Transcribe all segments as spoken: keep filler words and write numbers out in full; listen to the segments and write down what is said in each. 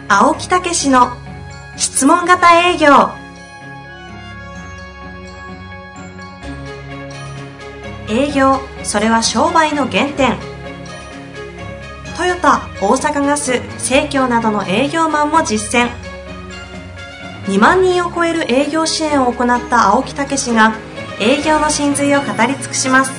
青木武氏の質問型営業。営業、それは商売の原点。トヨタ、大阪ガス、生協などの営業マンも実践。にまんにんを超える営業支援を行った青木武氏が営業の真髄を語り尽くします。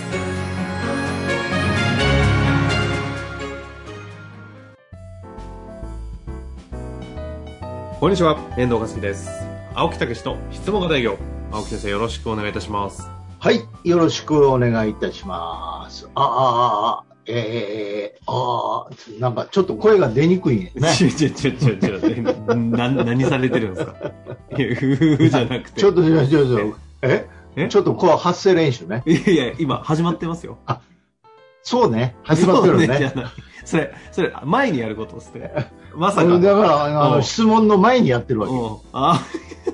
こんにちは、遠藤和樹です。青木武の質問型営業。青木先生、よろしくお願いいたします。 はい、よろしくお願いいたします。ああ、えー、ああ、なんかちょっと声が出にくいね。 ちょちょちょちょちょ、な、何されてるんですか？いや、ふふじゃなくて。 ちょっと、ちょっと、ちょっと、ええちょっとこう発声練習ね。 いやいや、今始まってますよ。 あ、そうね、始まってるね。そうねじゃない。 それ、それ、前にやることですね。まさか。 だから、あの、質問の前にやってるわけ。 あ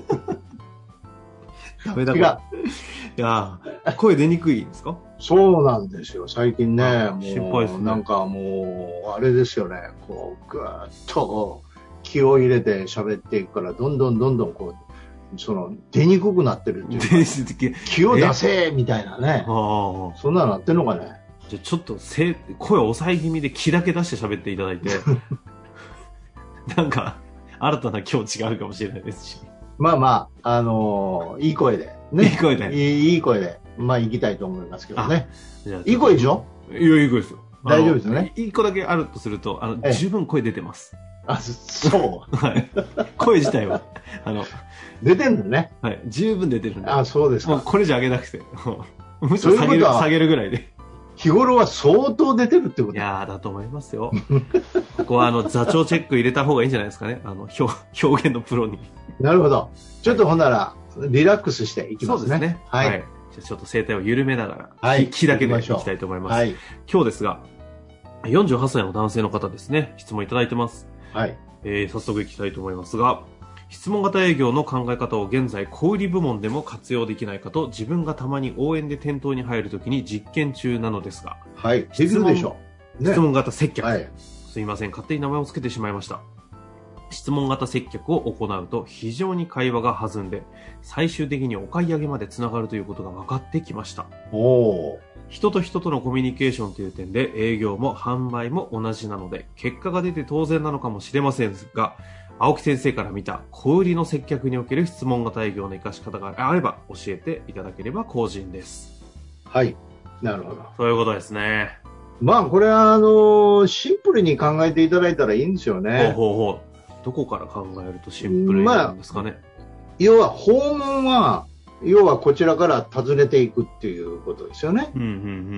ダメだから。いや、声出にくいんですか？ そうなんですよ。最近ね、もう、 心配ですね。 なんかもう、あれですよね。こう、ぐーっと気を入れて喋っていくから、どんどんどんどんこう、その、出にくくなってるっていうか、気を出せみたいなね。そんなのなってんのかね。 じゃあちょっと声、声を抑え気味で気だけ出して喋っていただいて、なんか、新たな境地があるかもしれないですし。 まあまあ、あのー、いい声で。ね。 いい声で。 いい、いい声で。まあ、行きたいと思いますけどね。じゃあいい声でしょ？ いや、いい声ですよ。 大丈夫ですよね。 いい子だけあるとすると、あの、十分声出てます。 あ、そう。 はい。声自体は、あの、 出てんのね。 はい。十分出てるんで。 あ、そうですか。 もうこれじゃ上げなくて。むしろ下げる、下げるぐらいで。 日頃は相当出てるってこと？ いやー、だと思いますよ。ここはあの座長チェック入れた方がいいんじゃないですかね。あの表表現のプロに。 なるほど。ちょっとほんならリラックスしていきますね。 そうですね。はい。はい、じゃあちょっと声帯を緩めながら、はい、気だけでいきたいと思います。はい。今日ですが、よんじゅうはっさいの男性の方ですね。質問いただいてます。はい。えー、早速いきたいと思いますが。質問型営業の考え方を現在小売部門でも活用できないかと自分がたまに応援で店頭に入るときに実験中なのですが、 はい、できるでしょう、ね、質問型接客、はい、すいません、勝手に名前を付けてしまいました。質問型接客を行うと非常に会話が弾んで最終的にお買い上げまでつながるということが分かってきました。おー、人と人とのコミュニケーションという点で営業も販売も同じなので結果が出て当然なのかもしれませんが、青木先生から見た小売りの接客における質問型営業の活かし方があれば教えていただければ幸甚です。 はい、なるほど。 そういうことですね。 まあこれはあのシンプルに考えていただいたらいいんですよね。 ほうほうほう。どこから考えるとシンプルになるんですかね。まあ、 要は訪問は要はこちらから訪ねていくっていうことですよね。うんうんうん。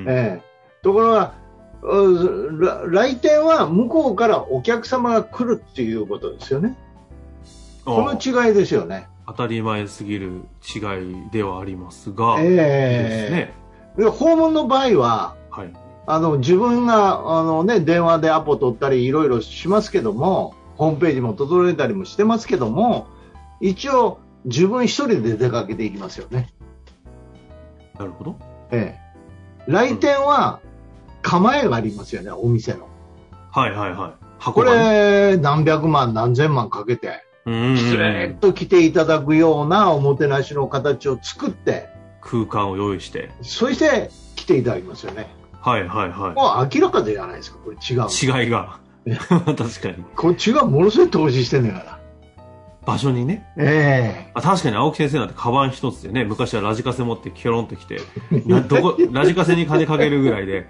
ええ、ところが来店は向こうからお客様が来るっていうことですよね。この違いですよね。 当たり前すぎる違いではありますが、 えー、ですね。で訪問の場合は、はい、あの自分があの、ね、電話でアポ取ったりいろいろしますけども、ホームページも整えたりもしてますけども、一応自分一人で出かけていきますよね。 なるほど。 ええ、来店は、うん構えがありますよね、お店の。 はいはいはい。 これ、何百万、何千万かけて、しれっと来ていただくようなおもてなしの形を作って、 空間を用意して、 そして来ていただきますよね。 はいはいはい。 もう明らかじゃないですか、これ違う。 違いが。確かに。 こっちがものすごい投資してんだから。 場所にね。 ええー、 あ、確かに青木先生なんてカバン一つでね、昔はラジカセ持ってキョロンと来て、などこラジカセに金かけるぐらいで、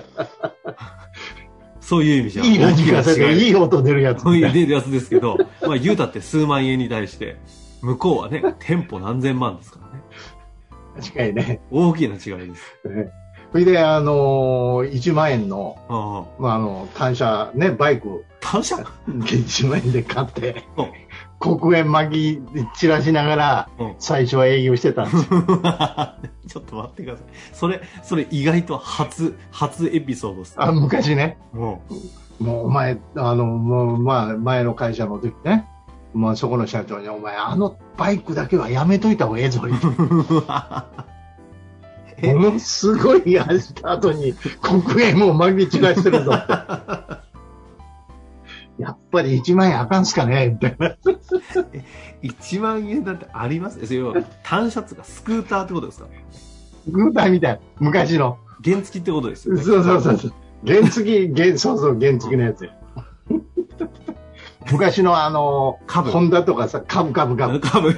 そういう意味じゃいいラジカセでいい音出るやつ。 出るやつですけど、まあ言うたって数万円に対して、向こうはね、店舗何千万ですからね。 確かにね。 大きな違いです。 それで、あのー、いちまんえんの、あまあ、あの、単車ね、バイク。 単車 ? いちまんえんで買って、黒煙巻き散らしながら、最初は営業してたんですよ。 ちょっと待ってください。それ、それ意外と初、初エピソードです、 ね。あ、昔ね。もう、もうお前、あの、もう、まあ、前の会社の時ね。まあ、そこの社長に、お前、あのバイクだけはやめといた方がええぞ。ものすごい走った後に黒煙も巻き散らしてるぞって。 やっぱりいちまん円あかんすかねみたいな。 いちまん円だってあります？それは単シャツがスクーターってことですか？ スクーターみたい。昔の。 原付ってことですよね。 そうそうそうそう。原付、原、そうそう、原付のやつよ。昔のあの、ホンダとかさ、カブカブカブ。 カブ。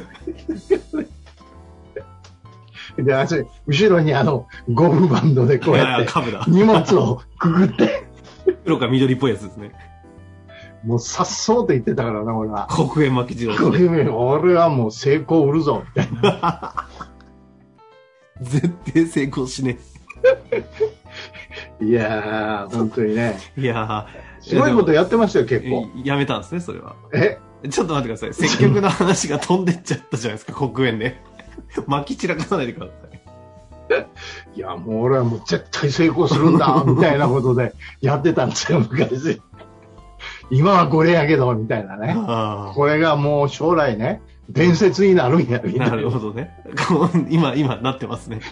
で、あ後ろにあの、ゴムバンドでこうやって、荷物をくぐって。 黒か緑っぽいやつですね。 もうさっそうと言ってたからな、俺は。 黒煙巻き自動車。 黒煙、俺はもう成功売るぞ、みたいな。 絶対成功しねえ。いやー、本当にね。 いやー。すごいことやってましたよ、結構。 やめたんですね、それは。 えちょっと待ってください。接客の話が飛んでっちゃったじゃないですか、黒煙で。巻き散らかさないでください。 いや、もう俺はもう絶対成功するんだ、みたいなことでやってたんですよ、昔。今はこれやけど、みたいなね。これがもう将来ね、伝説になるんや、みたいな。 なるほどね。今、今、なってますね。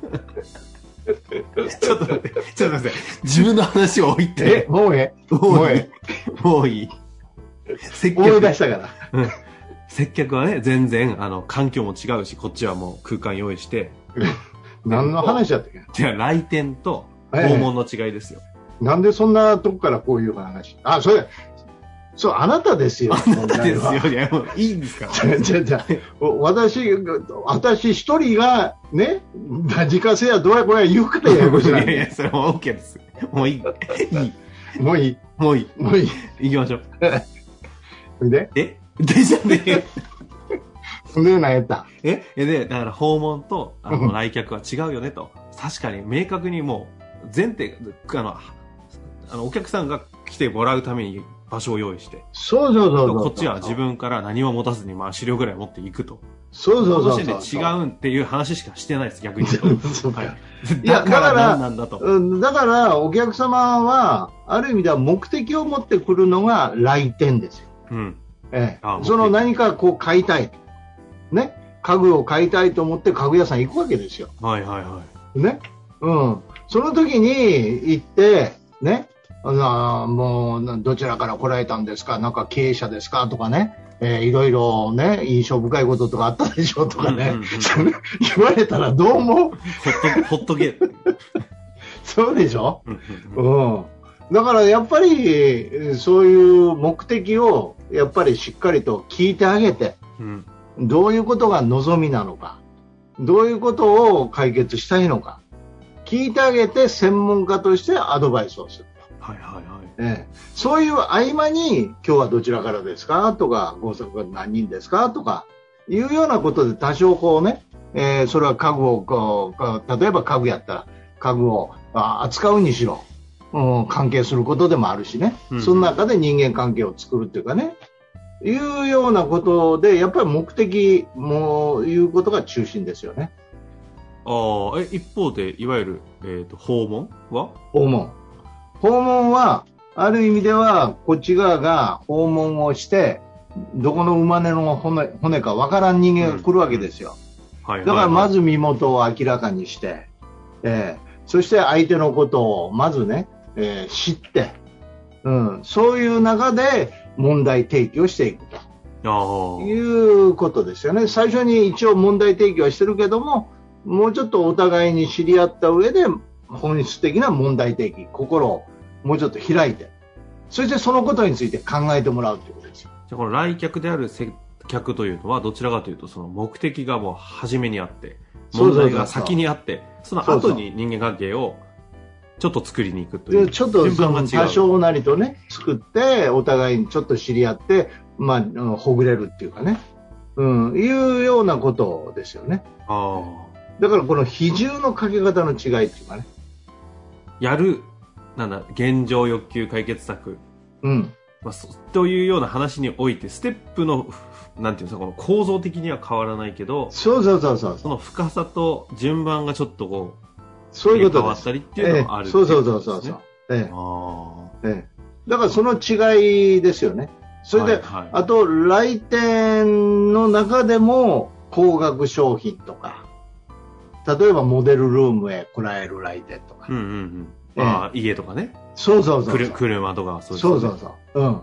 ちょっと待って、ちょっと待って、自分の話を置いて。 え、もうええもうええもういい。 接客。思い出したから。 うん。接客はね、全然、あの、環境も違うし、こっちはもう空間用意して。 何の話だったっけ？ じゃあ、来店と訪問の違いですよ。 なんでそんなとこからこういう話？あ、それ、そう、あなたですよ。 あなたですよ。いや、もういいんですか？ じゃじゃ私、私一人が、ね、自家製やどうやこれ言うからややこしい。いやいや、それも OK です。もういい。いい。もういい。 もういい。 もういい。 行きましょう。でえでじゃねえ。 で、何やったえで、だから訪問とあの来客は違うよねと。確かに明確にもう、前提、あの、あのお客さんが来てもらうために場所を用意して。 そうそうそうそう。 こっちは自分から何も持たずに、まあ資料ぐらい持っていくと。 そうそうそうそう。 その時点で違うんっていう話しかしてないです、逆に言うと。 そうか。 はい。いや、だから何なんだと。 だから、お客様は、ある意味では目的を持ってくるのが来店ですよ。 うん。 ええ。その何かこう買いたい。ね。家具を買いたいと思って家具屋さん行くわけですよ。 はいはいはい。 ね。うん。その時に行って、ね。あもう、どちらから来られたんですか、なんか経営者ですかとかね、えー、いろいろね、印象深いこととかあったでしょとかね、うんうんうん、言われたらどうもほっと、ほっとけ。 そうでしょ、うん、だからやっぱり、そういう目的をやっぱりしっかりと聞いてあげて、うん、どういうことが望みなのか、どういうことを解決したいのか、聞いてあげて専門家としてアドバイスをする。 はいはいはい。 ええ、そういう合間に今日はどちらからですかとか、ご家族何人ですかとかいうようなことで多少こうね、えー、それは家具をこう、例えば家具やったら家具を扱うにしろ、うん、関係することでもあるしね、うん、その中で人間関係を作るっていうかね、いうようなことでやっぱり目的もいうことが中心ですよね。 ああ、え一方でいわゆる、えーと、訪問は訪問訪問は、ある意味では、こっち側が訪問をして、どこの馬根の 骨, 骨かわからん人間が来るわけですよ。うんはいはいはい、だからまず身元を明らかにして、えー、そして相手のことをまずね、えー、知って、うん、そういう中で問題提起をしていくということですよね。最初に一応問題提起はしてるけども、もうちょっとお互いに知り合った上で、本質的な問題提起、心をもうちょっと開いて、そしてそのことについて考えてもらうということですよ。 じゃあこの来客である接客というのはどちらかというとその目的がもう初めにあって問題が先にあってその後に人間関係をちょっと作りに行くというちょっと多少なりとね作ってお互いにちょっと知り合って、まあ、ほぐれるっていうかね、うん、いうようなことですよね。あだからこの比重のかけ方の違いっていうかね、 やるなんだ現状欲求解決策、うんまあ、というような話においてステップのなんていうんですかこの構造的には変わらないけどそうそうそうそうその深さと順番がちょっとこうそういうこと変わったりっていうのもある、 ええ、そうそうそうそうそう、ええあええ、だからその違いですよね。それで、はいはい、あと来店の中でも高額商品とか例えばモデルルームへ来られる来店とか、 うんうんうんああ、家とかね。 そうそうそうそう。 車とかそうですね。そうそうそう。うん。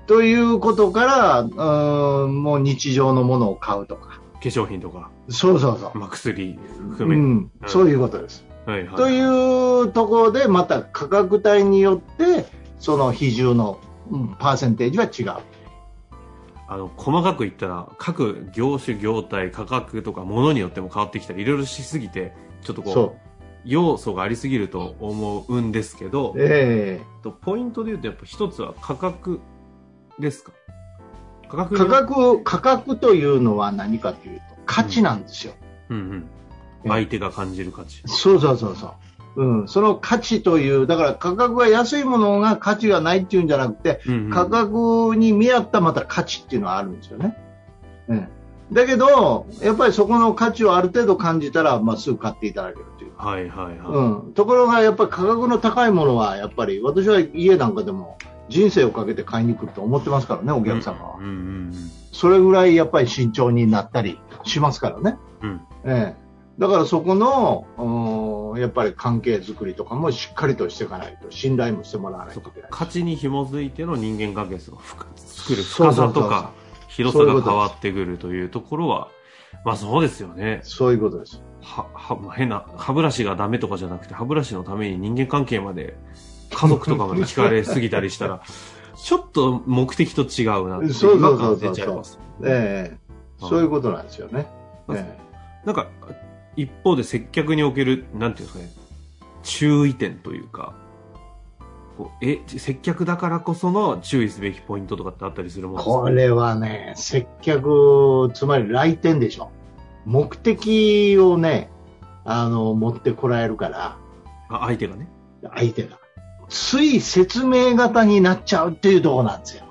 ということから、うん、もう日常のものを買うとか。 化粧品とか。 そうそうそう。 まあ、薬含め、 うん。そういうことです。はいはい、というところで、また価格帯によって、その比重のパーセンテージは違う。 あの細かく言ったら各業種業態価格とかものによっても変わってきたりいろいろしすぎてちょっとこう要素がありすぎると思うんですけど、えー、とポイントで言うとやっぱ一つは価格ですか。 価格価格価格というのは何かというと価値なんですよ、 うんうんうん、相手が感じる価値。 そうそうそうそう。うん、その価値という、だから価格が安いものが価値がないっていうんじゃなくて、うんうん、価格に見合ったまた価値っていうのはあるんですよね。うん、だけど、やっぱりそこの価値をある程度感じたら、まあ、すぐ買っていただけるという。 はいはいはい。 うん。ところが、やっぱり価格の高いものは、やっぱり私は家なんかでも人生をかけて買いに来ると思ってますからね、お客様は。うんうんうん、それぐらいやっぱり慎重になったりしますからね。うんええだからそこのやっぱり関係づくりとかもしっかりとしていかないと信頼もしてもらわないといけない。 価値に紐づいての人間関係を作る深さとか広さが変わってくるというところはまあそうですよね。 そういうことです。 はは変な歯ブラシがダメとかじゃなくて歯ブラシのために人間関係まで家族とかまで聞かれすぎたりしたらちょっと目的と違うなっていう違和感出ちゃいます。 ええそういうことなんですよね。 ええ、なんか一方で接客におけるなんていうんですかね注意点というかこうえ接客だからこその注意すべきポイントとかってあったりするものですか。 これはね接客つまり来店でしょ。目的をねあの持ってこられるからあ相手がね相手がつい説明型になっちゃうっていうところなんですよ。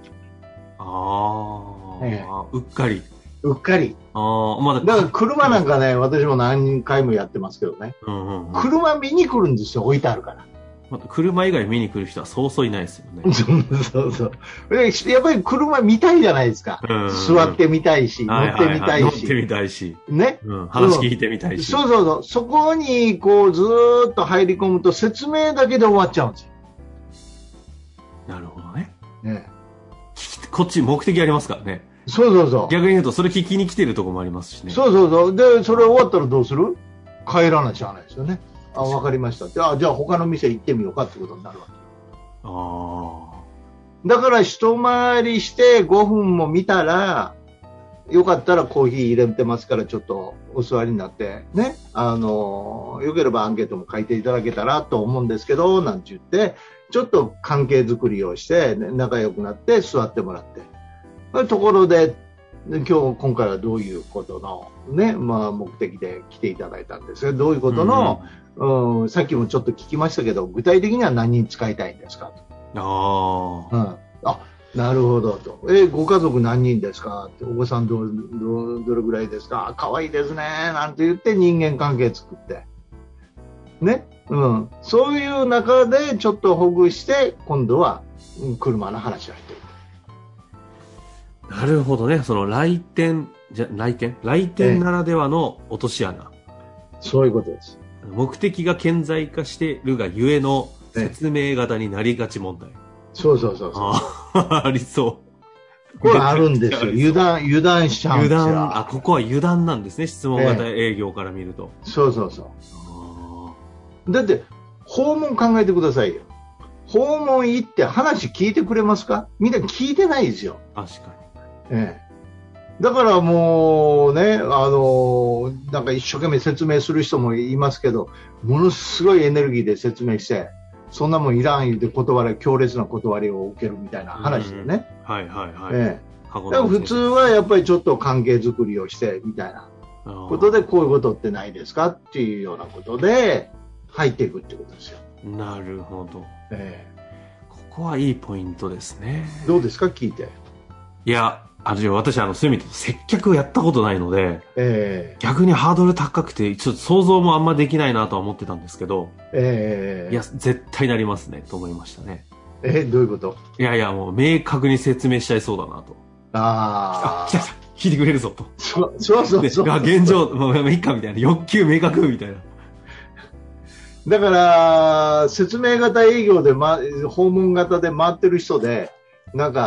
ああ、ええ、うっかりうっかり。あまだ, だから車なんかね、私も何回もやってますけどね。うんうんうん、車見に来るんですよ、置いてあるから。 また車以外見に来る人はそうそういないですよね。 そうそう。やっぱり車見たいじゃないですか。うんうん、座ってみたいし、乗ってみたいし。乗ってみたいし。 ね、 うん。話聞いてみたいし。 そうそうそう。そこにこうずーっと入り込むと説明だけで終わっちゃうんですよ。 なるほどね。ねこっち目的ありますからね。 そうそうそう。 逆に言うと、それ聞きに来てるところもありますしね。 そうそうそう。で、それ終わったらどうする？帰らなきゃないですよね。あ、わかりました。じゃあ、じゃあ他の店行ってみようかってことになるわけ。ああ。だから一回りしてごふんも見たら、よかったらコーヒー入れてますからちょっとお座りになって、ね。あの、よければアンケートも書いていただけたらと思うんですけど、なんて言って、ちょっと関係づくりをして、ね、仲良くなって座ってもらって。ところで今日今回はどういうことの、ねまあ、目的で来ていただいたんですがどういうことの、うんうん、さっきもちょっと聞きましたけど具体的には何に使いたいんですかと。あ、うん、あなるほどと。えご家族何人ですかってお子さん ど, ど, どれぐらいですか可愛いですねなんて言って人間関係作ってね、うん、そういう中でちょっとほぐして今度は車の話をしていく。 なるほどね。その来店じゃ来店来店ならではの落とし穴、 ええ、そういうことです。 目的が顕在化しているがゆえの説明型になりがち問題、ええ、 そうそうそうそうあ, ありそうこれあるんですよ。油断油断しちゃうんですよ。油断あここは油断なんですね。質問型営業から見ると、 ええ、そうそうそうだって訪問考えてくださいよ。訪問行って話聞いてくれますか。みんな聞いてないですよ。 確かに。 ええ、だからもうね、あのなんか一生懸命説明する人もいますけどものすごいエネルギーで説明してそんなもんいらん言うて断り強烈な断りを受けるみたいな話でね、 うん、はいはいはい、 ええ、だから普通はやっぱりちょっと関係づくりをしてみたいなことでこういうことってないですかっていうようなことで入っていくってことですよ。 なるほど、ええ、ここはいいポイントですね。 どうですか聞いて。 いやあの私あのそういう意味で接客をやったことないので、えー、逆にハードル高くてちょっと想像もあんまできないなとは思ってたんですけど、えー、いや絶対なりますねと思いましたね。 えー、どういうこと。 いやいやもう明確に説明しちゃいそうだなと。ああ来た来た聞いてくれるぞと。 そうそうそうそう。 現状もういいかみたいな欲求明確みたいな。 だから説明型営業で、ま、訪問型で回ってる人でなんか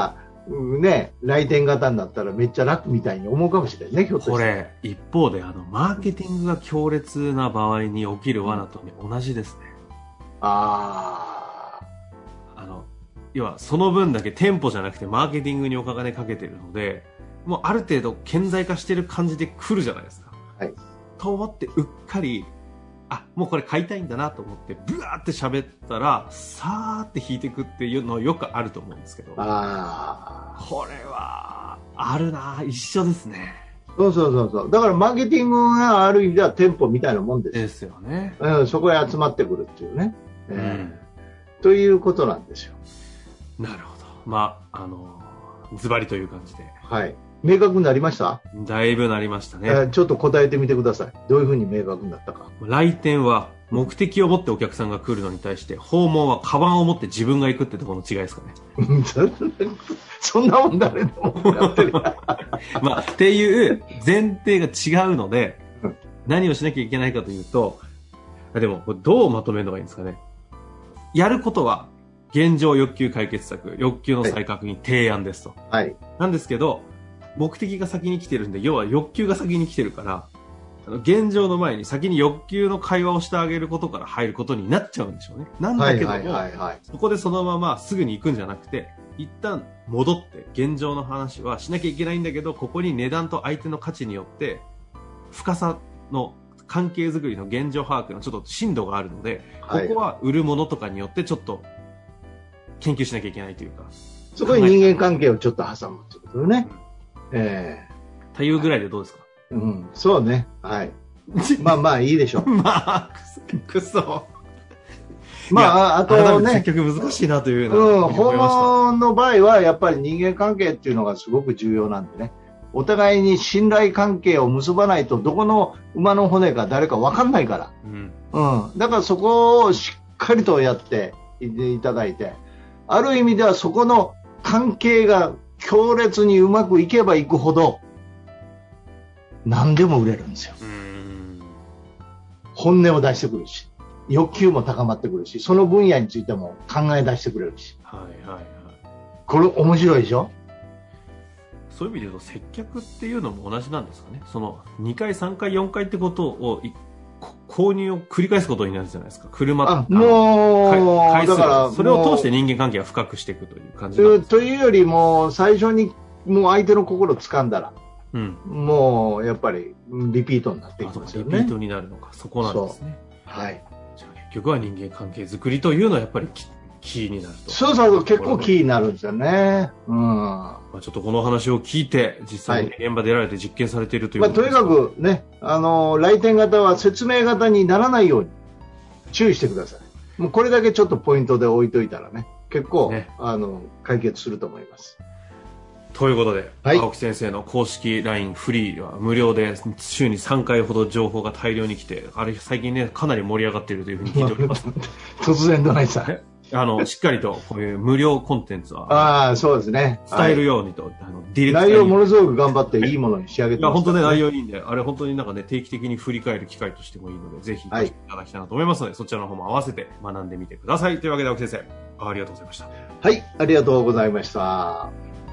ね、来店型になったらめっちゃ楽みたいに思うかもしれないね、ひょっとして。 これ、一方で、あの、マーケティングが強烈な場合に起きる罠と、ね、同じですね。 ああ。あの、要は、その分だけ店舗じゃなくてマーケティングにお金かけてるので、もうある程度顕在化してる感じで来るじゃないですか。 はい。 と思って、うっかり、あ、もうこれ買いたいんだなと思って、ブワーって喋ったら、さーって引いていくっていうのよくあると思うんですけど。 ああ。これは、あるな、一緒ですね。 そうそうそうそう。だからマーケティングがある意味では店舗みたいなもんですよ。 ですよね。 うん、そこへ集まってくるっていうね。 うん、 えー、ということなんですよ。 なるほど。まあ、あの、ズバリという感じで。 はい。明確になりました？ だいぶなりましたね、 えー。ちょっと答えてみてください。どういうふうに明確になったか。 来店は目的を持ってお客さんが来るのに対して、訪問はカバンを持って自分が行くってところの違いですかね。 そんなもん誰でもやってる。 まあ、っていう前提が違うので、何をしなきゃいけないかというと、でも、どうまとめるのがいいんですかね。やることは、現状欲求解決策、欲求の再確認、はい、提案ですと。 はい。 なんですけど、目的が先に来てるんで、要は欲求が先に来てるから、あの現状の前に先に欲求の会話をしてあげることから入ることになっちゃうんでしょうね。なんだけども、はいはいはいはい、そこでそのまますぐに行くんじゃなくて、一旦戻って現状の話はしなきゃいけないんだけど、ここに値段と相手の価値によって深さの関係づくりの現状把握のちょっと深度があるので、ここは売るものとかによってちょっと研究しなきゃいけないというか、 そこに人間関係をちょっと挟むってことね。うんえー、というぐらいでどうですか？ うん、そうね。はい。まあまあいいでしょう。 まあ、くそ。 まあ、あとね。 接客難しいなというのは、うん、訪問の場合はやっぱり人間関係っていうのがすごく重要なんでね。お互いに信頼関係を結ばないとどこの馬の骨か誰か分かんないから。うん。うん。だからそこをしっかりとやっていただいて、ある意味ではそこの関係が強烈にうまくいけばいくほど何でも売れるんですよ。うーん本音を出してくるし、欲求も高まってくるし、その分野についても考え出してくれるし、はいはいはい、これ面白いでしょ。 そういう意味で言うと接客っていうのも同じなんですかね。そのにかいさんかいよんかいってことを購入を繰り返すことになるじゃないですか。車あもうだからそれを通して人間関係が深くしていくという感じなんですというよりも最初にもう相手の心を掴んだら、うん、もうやっぱりリピートになっていきますよね。 リピートになるのか、そこなんですね。 はい。 じゃあ結局は人間関係づくりというのはやっぱりキーになると。 そうそうそう、結構キーになるんですよね。うん。 まあ、ちょっとこの話を聞いて実際に現場でやられて実験されているということですか。まあ、とにかくね、あの来店型は説明型にならないように注意してください。もうこれだけちょっとポイントで置いといたらね、結構、ね、あの解決すると思います。 ということで、はい、青木先生の公式 ライン フリーは無料で週にさんかいほど情報が大量に来て、あれ最近ねかなり盛り上がっているというふうに聞いております。 突然どないさん。 あのしっかりとこういう無料コンテンツはああそうですね伝えるようにと、はい、あのディレクター内容ものすごく頑張っていいものに仕上げてます、 ね、いや本当ね内容いいんで、あれ本当になんかね定期的に振り返る機会としてもいいのでぜひいただきたいなと思いますので、はい、そちらの方も合わせて学んでみてください。というわけで青木先生ありがとうございました。 はいありがとうございました。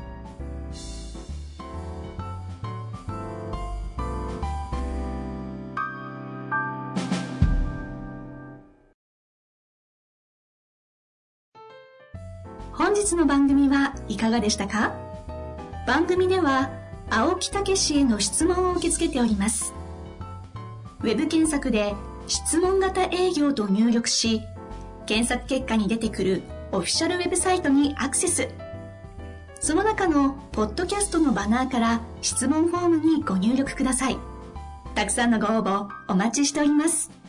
本日の番組はいかがでしたか？番組では青木武氏への質問を受け付けております。ウェブ検索で質問型営業と入力し、検索結果に出てくるオフィシャルウェブサイトにアクセス。その中のポッドキャストのバナーから質問フォームにご入力ください。たくさんのご応募お待ちしております。